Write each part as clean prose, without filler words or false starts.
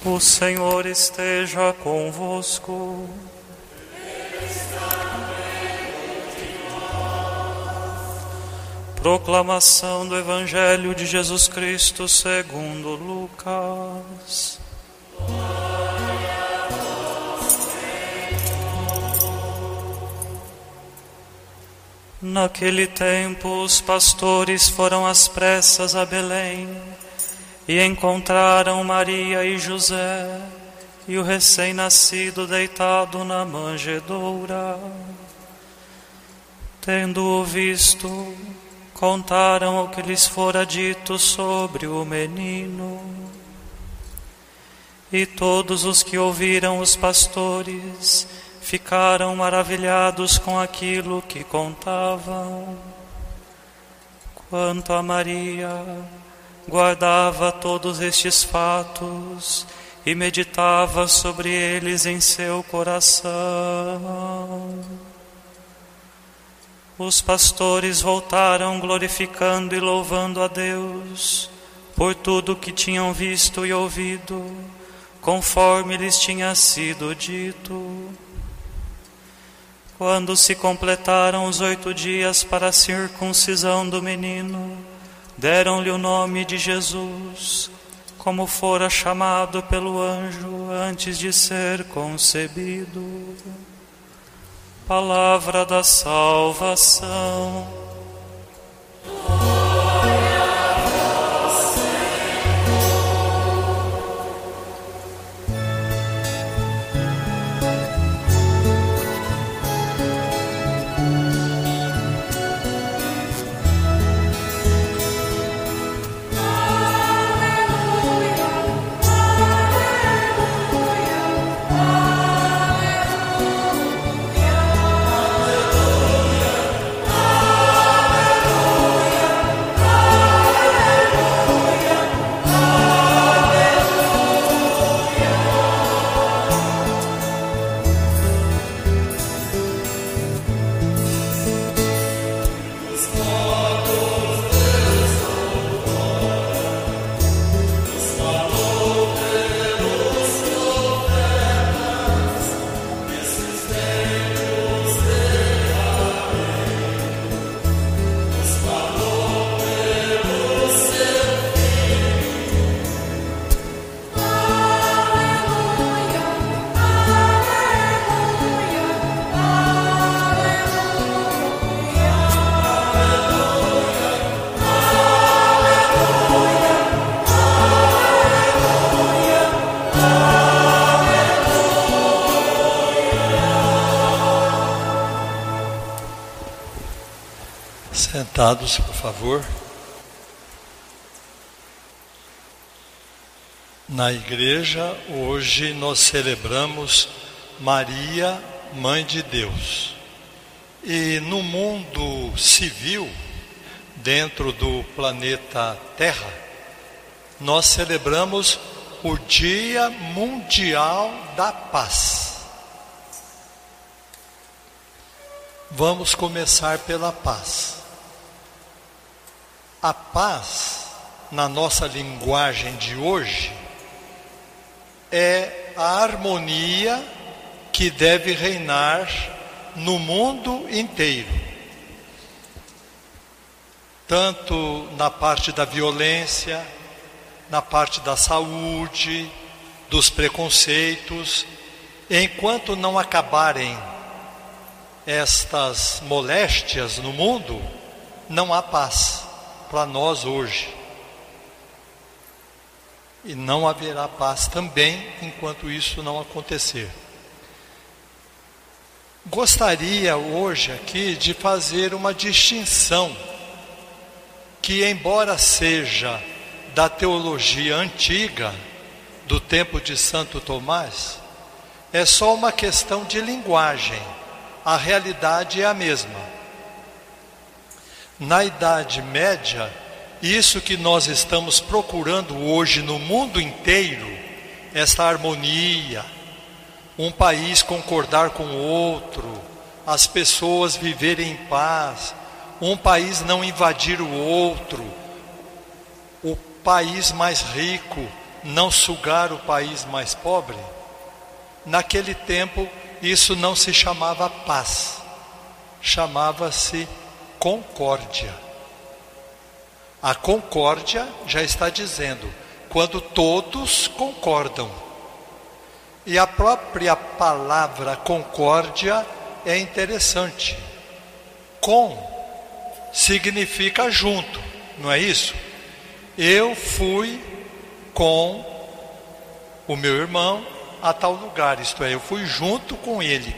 O Senhor esteja convosco. Proclamação do Evangelho de Jesus Cristo segundo Lucas. Naquele tempo, os pastores foram às pressas a Belém e encontraram Maria e José e o recém-nascido deitado na manjedoura. Tendo-o visto, contaram o que lhes fora dito sobre o menino. E todos os que ouviram os pastores ficaram maravilhados com aquilo que contavam. Quanto a Maria, guardava todos estes fatos e meditava sobre eles em seu coração. Os pastores voltaram glorificando e louvando a Deus por tudo que tinham visto e ouvido, conforme lhes tinha sido dito. Quando se completaram os 8 dias para a circuncisão do menino, deram-lhe o nome de Jesus, como fora chamado pelo anjo antes de ser concebido. Palavra da salvação. Sentados, por favor. Na igreja, hoje nós celebramos Maria, Mãe de Deus. E no mundo civil, dentro do planeta Terra, nós celebramos o Dia Mundial da Paz. Vamos começar pela paz. A paz, na nossa linguagem de hoje, é a harmonia que deve reinar no mundo inteiro. Tanto na parte da violência, na parte da saúde, dos preconceitos, enquanto não acabarem estas moléstias no mundo, não há paz para nós hoje. E não haverá paz também enquanto isso não acontecer. Gostaria hoje aqui de fazer uma distinção que, embora seja da teologia antiga, do tempo de Santo Tomás, é só uma questão de linguagem. A realidade é a mesma. Na Idade Média, isso que nós estamos procurando hoje no mundo inteiro, essa harmonia, um país concordar com o outro, as pessoas viverem em paz, um país não invadir o outro, o país mais rico não sugar o país mais pobre, naquele tempo isso não se chamava paz, chamava-se concórdia. A concórdia já está dizendo, quando todos concordam. E a própria palavra concórdia é interessante. Com significa junto, não é isso? Eu fui com o meu irmão a tal lugar, isto é, eu fui junto com ele.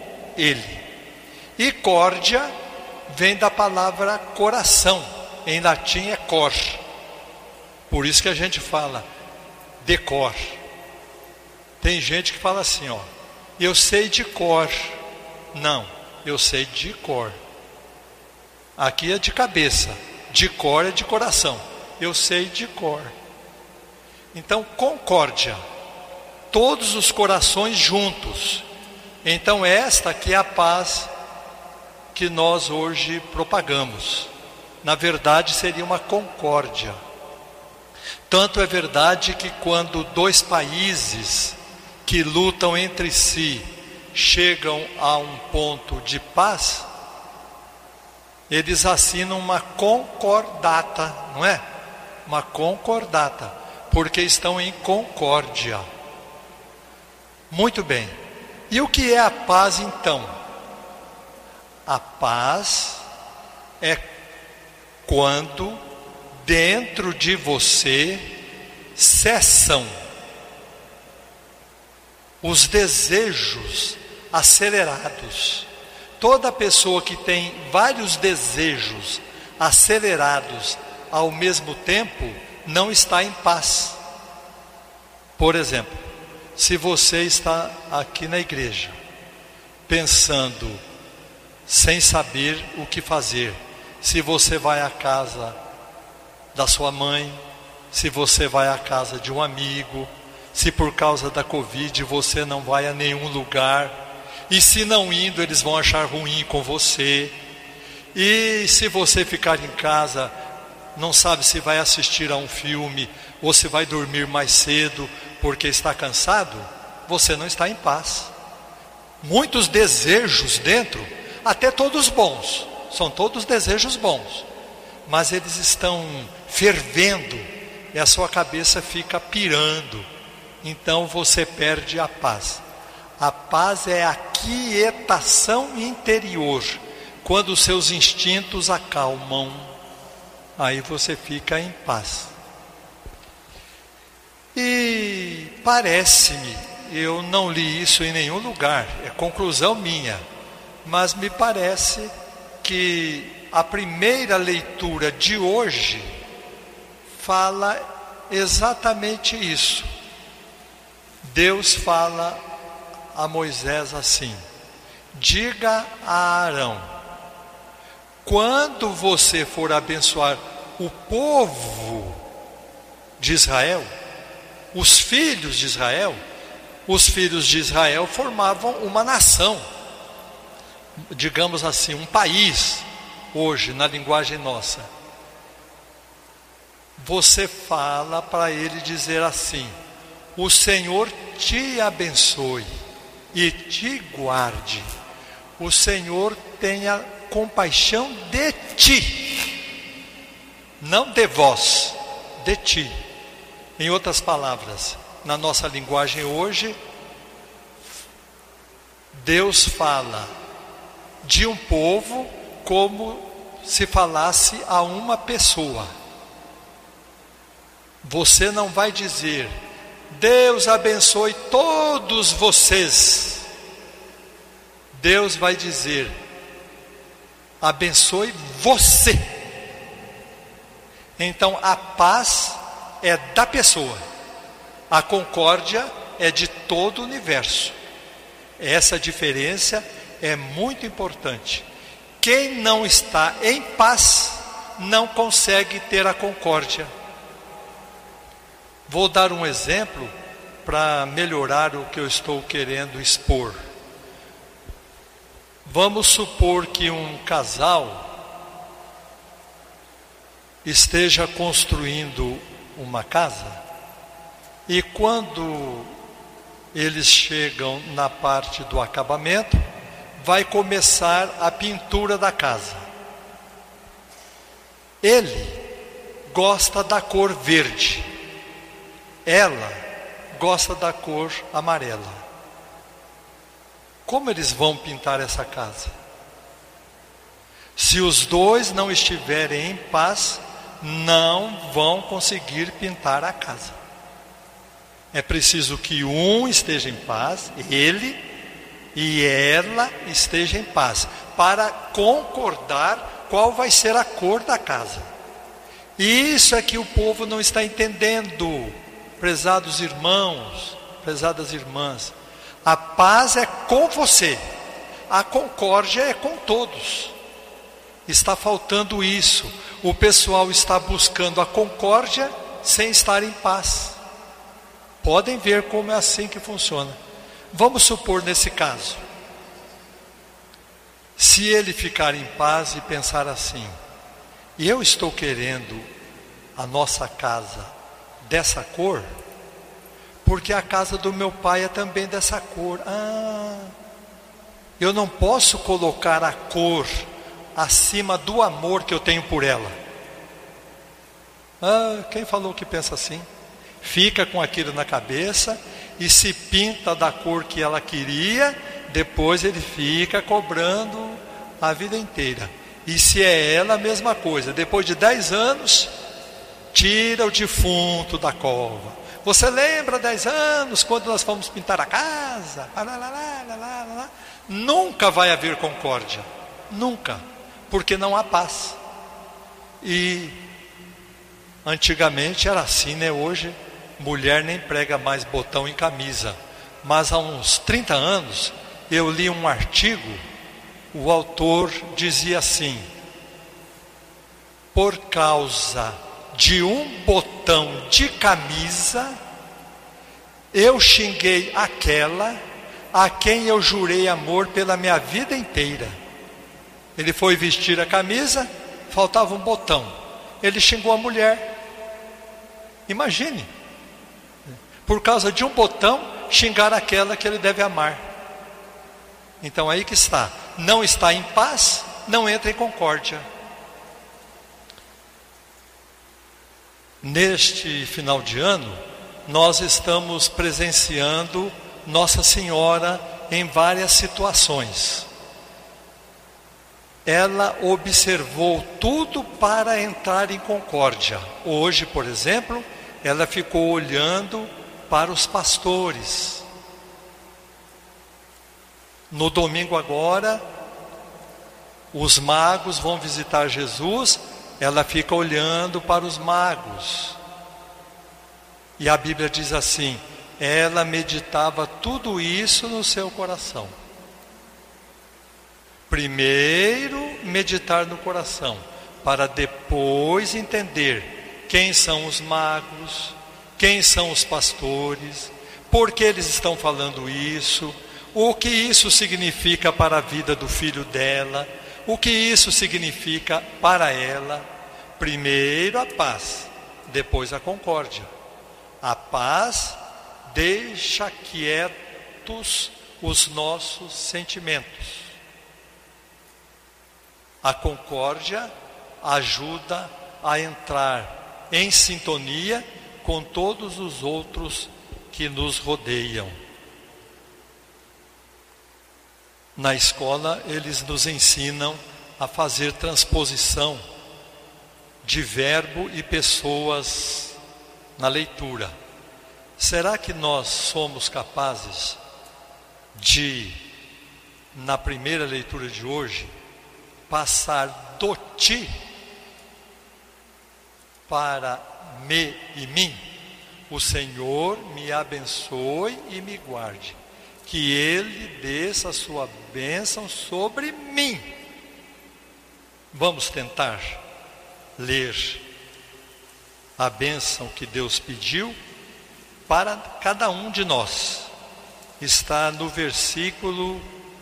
E córdia vem da palavra coração, em latim é cor. Por isso que a gente fala de cor. Tem gente que fala assim, ó, eu sei de cor. Não, eu sei de cor. Aqui é de cabeça, de cor é de coração. Eu sei de cor. Então, concórdia, todos os corações juntos. Então, esta aqui é a paz que nós hoje propagamos. Na verdade, seria uma concórdia. Tanto é verdade que quando dois países que lutam entre si chegam a um ponto de paz, eles assinam uma concordata, não é? Uma concordata, porque estão em concórdia. Muito bem. E o que é a paz então? A paz é quando dentro de você cessam os desejos acelerados. Toda pessoa que tem vários desejos acelerados ao mesmo tempo não está em paz. Por exemplo, se você está aqui na igreja pensando sem saber o que fazer, se você vai à casa da sua mãe, se você vai à casa de um amigo, se por causa da Covid você não vai a nenhum lugar, e se não indo eles vão achar ruim com você, e se você ficar em casa, não sabe se vai assistir a um filme ou se vai dormir mais cedo porque está cansado, você não está em paz. Muitos desejos dentro, até todos bons, são todos desejos bons, mas eles estão fervendo e a sua cabeça fica pirando. Então você perde a paz. A paz é a quietação interior. Quando os seus instintos acalmam, aí você fica em paz. E parece-me, eu não li isso em nenhum lugar, é conclusão minha, mas me parece que a primeira leitura de hoje fala exatamente isso. Deus fala a Moisés assim: diga a Arão, quando você for abençoar o povo de Israel, os filhos de Israel formavam uma nação, digamos assim, um país, hoje, na linguagem nossa. Você fala para ele dizer assim: o Senhor te abençoe e te guarde, o Senhor tenha compaixão de ti, não de vós, de ti. Em outras palavras, na nossa linguagem hoje, Deus fala de um povo como se falasse a uma pessoa. Você não vai dizer: Deus abençoe todos vocês. Deus vai dizer: abençoe você. Então a paz é da pessoa, a concórdia é de todo o universo. Essa diferença é muito importante. Quem não está em paz não consegue ter a concórdia. Vou dar um exemplo para melhorar o que eu estou querendo expor. Vamos supor que um casal esteja construindo uma casa E quando eles chegam na parte do acabamento, vai começar a pintura da casa. Ele gosta da cor verde, ela gosta da cor amarela. Como eles vão pintar essa casa? Se os dois não estiverem em paz, não vão conseguir pintar a casa. É preciso que um esteja em paz, ele e ela esteja em paz, para concordar qual vai ser a cor da casa. Isso é que o povo não está entendendo, prezados irmãos, prezadas irmãs. A paz é com você, a concórdia é com todos. Está faltando isso. O pessoal está buscando a concórdia sem estar em paz. Podem ver como é assim que funciona. Vamos supor nesse caso, se ele ficar em paz e pensar assim: eu estou querendo a nossa casa dessa cor, porque a casa do meu pai é também dessa cor. Eu não posso colocar a cor acima do amor que eu tenho por ela. Quem falou que pensa assim? Fica com aquilo na cabeça e se pinta da cor que ela queria, depois ele fica cobrando a vida inteira. E se é ela, a mesma coisa. Depois de 10 anos, tira o defunto da cova. Você lembra 10 anos, quando nós fomos pintar a casa? Nunca vai haver concórdia. Nunca. Porque não há paz. E antigamente era assim, né? Hoje mulher nem prega mais botão em camisa. Mas há uns 30 anos eu li um artigo. O autor dizia assim: por causa de um botão de camisa, eu xinguei aquela a quem eu jurei amor pela minha vida inteira. Ele foi vestir a camisa, faltava um botão, ele xingou a mulher. Imagine, por causa de um botão, xingar aquela que ele deve amar. Então aí que está, não está em paz, não entra em concórdia. Neste final de ano, nós estamos presenciando Nossa Senhora em várias situações. Ela observou tudo para entrar em concórdia. Hoje, por exemplo, ela ficou olhando para os pastores. No domingo agora, os magos vão visitar Jesus, ela fica olhando para os magos. E a Bíblia diz assim: ela meditava tudo isso no seu coração. Primeiro meditar no coração, para depois entender quem são os magos, quem são os pastores, por que eles estão falando isso, o que isso significa para a vida do filho dela, o que isso significa para ela. Primeiro a paz, depois a concórdia. A paz deixa quietos os nossos sentimentos. A concórdia ajuda a entrar em sintonia com todos os outros que nos rodeiam. Na escola, eles nos ensinam a fazer transposição de verbo e pessoas na leitura. Será que nós somos capazes de, na primeira leitura de hoje, passar do ti para me e mim? O Senhor me abençoe e me guarde, que Ele desça a sua bênção sobre mim. Vamos tentar ler a bênção que Deus pediu para cada um de nós. Está no versículo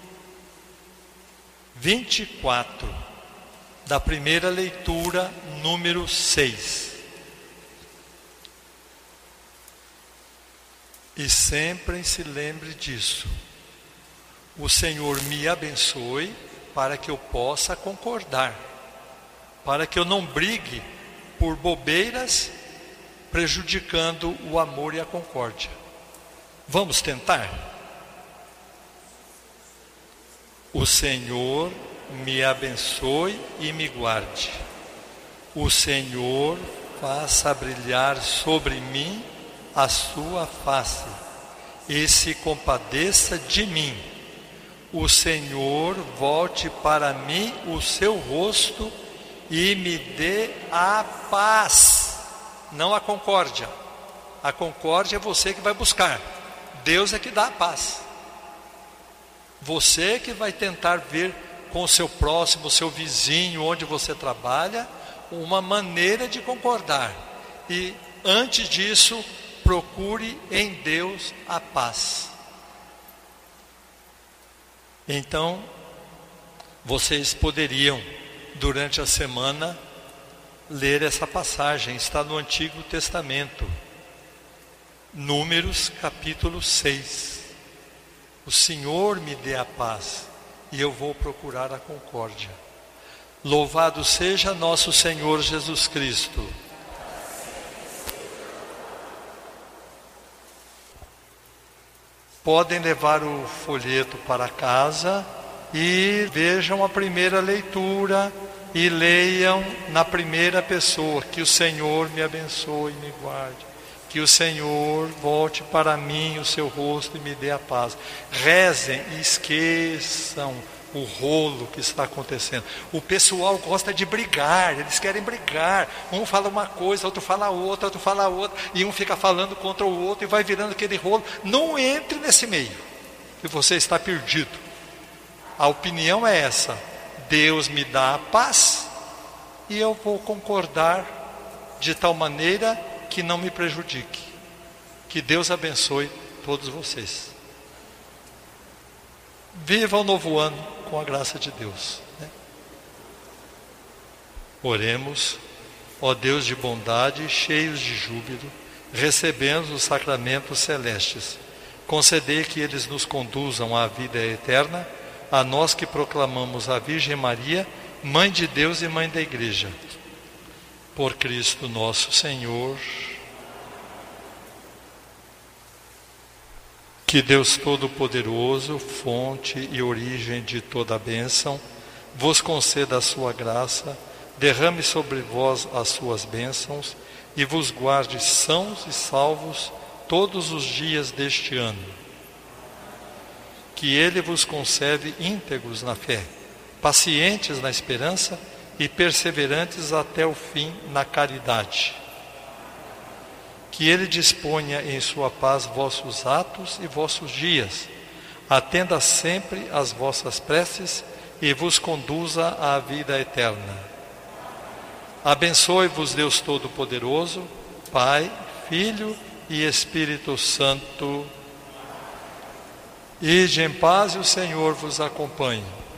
24 da primeira leitura, número 6. E sempre se lembre disso. O Senhor me abençoe para que eu possa concordar, para que eu não brigue por bobeiras, prejudicando o amor e a concórdia. Vamos tentar? O Senhor me abençoe e me guarde. O Senhor faça brilhar sobre mim a sua face e se compadeça de mim. O Senhor volte para mim o seu rosto e me dê a paz, não a concórdia. A concórdia é você que vai buscar, Deus é que dá a paz. Você que vai tentar ver com o seu próximo, o seu vizinho, onde você trabalha, uma maneira de concordar. E antes disso, procure em Deus a paz. Então, vocês poderiam, durante a semana, ler essa passagem. Está no Antigo Testamento, Números capítulo 6. O Senhor me dê a paz e eu vou procurar a concórdia. Louvado seja nosso Senhor Jesus Cristo. Podem levar o folheto para casa e vejam a primeira leitura e leiam na primeira pessoa: que o Senhor me abençoe e me guarde, que o Senhor volte para mim o seu rosto e me dê a paz. Rezem e esqueçam o rolo que está acontecendo. O pessoal gosta de brigar, eles querem brigar. Um fala uma coisa, outro fala outra, outro fala outra, e um fica falando contra o outro e vai virando aquele rolo. Não entre nesse meio, que você está perdido. A opinião é essa: Deus me dá a paz e eu vou concordar de tal maneira que não me prejudique. Que Deus abençoe todos vocês. Viva o novo ano com a graça de Deus, né? Oremos. Ó Deus de bondade, cheios de júbilo, recebemos os sacramentos celestes. Concedei que eles nos conduzam à vida eterna, a nós que proclamamos a Virgem Maria, Mãe de Deus e Mãe da Igreja. Por Cristo nosso Senhor. Que Deus Todo-Poderoso, fonte e origem de toda a bênção, vos conceda a sua graça, derrame sobre vós as suas bênçãos e vos guarde sãos e salvos todos os dias deste ano. Que Ele vos conserve íntegros na fé, pacientes na esperança e perseverantes até o fim na caridade. Que Ele disponha em sua paz vossos atos e vossos dias, atenda sempre às vossas preces e vos conduza à vida eterna. Abençoe-vos Deus Todo-Poderoso, Pai, Filho e Espírito Santo. Ide em paz e o Senhor vos acompanhe.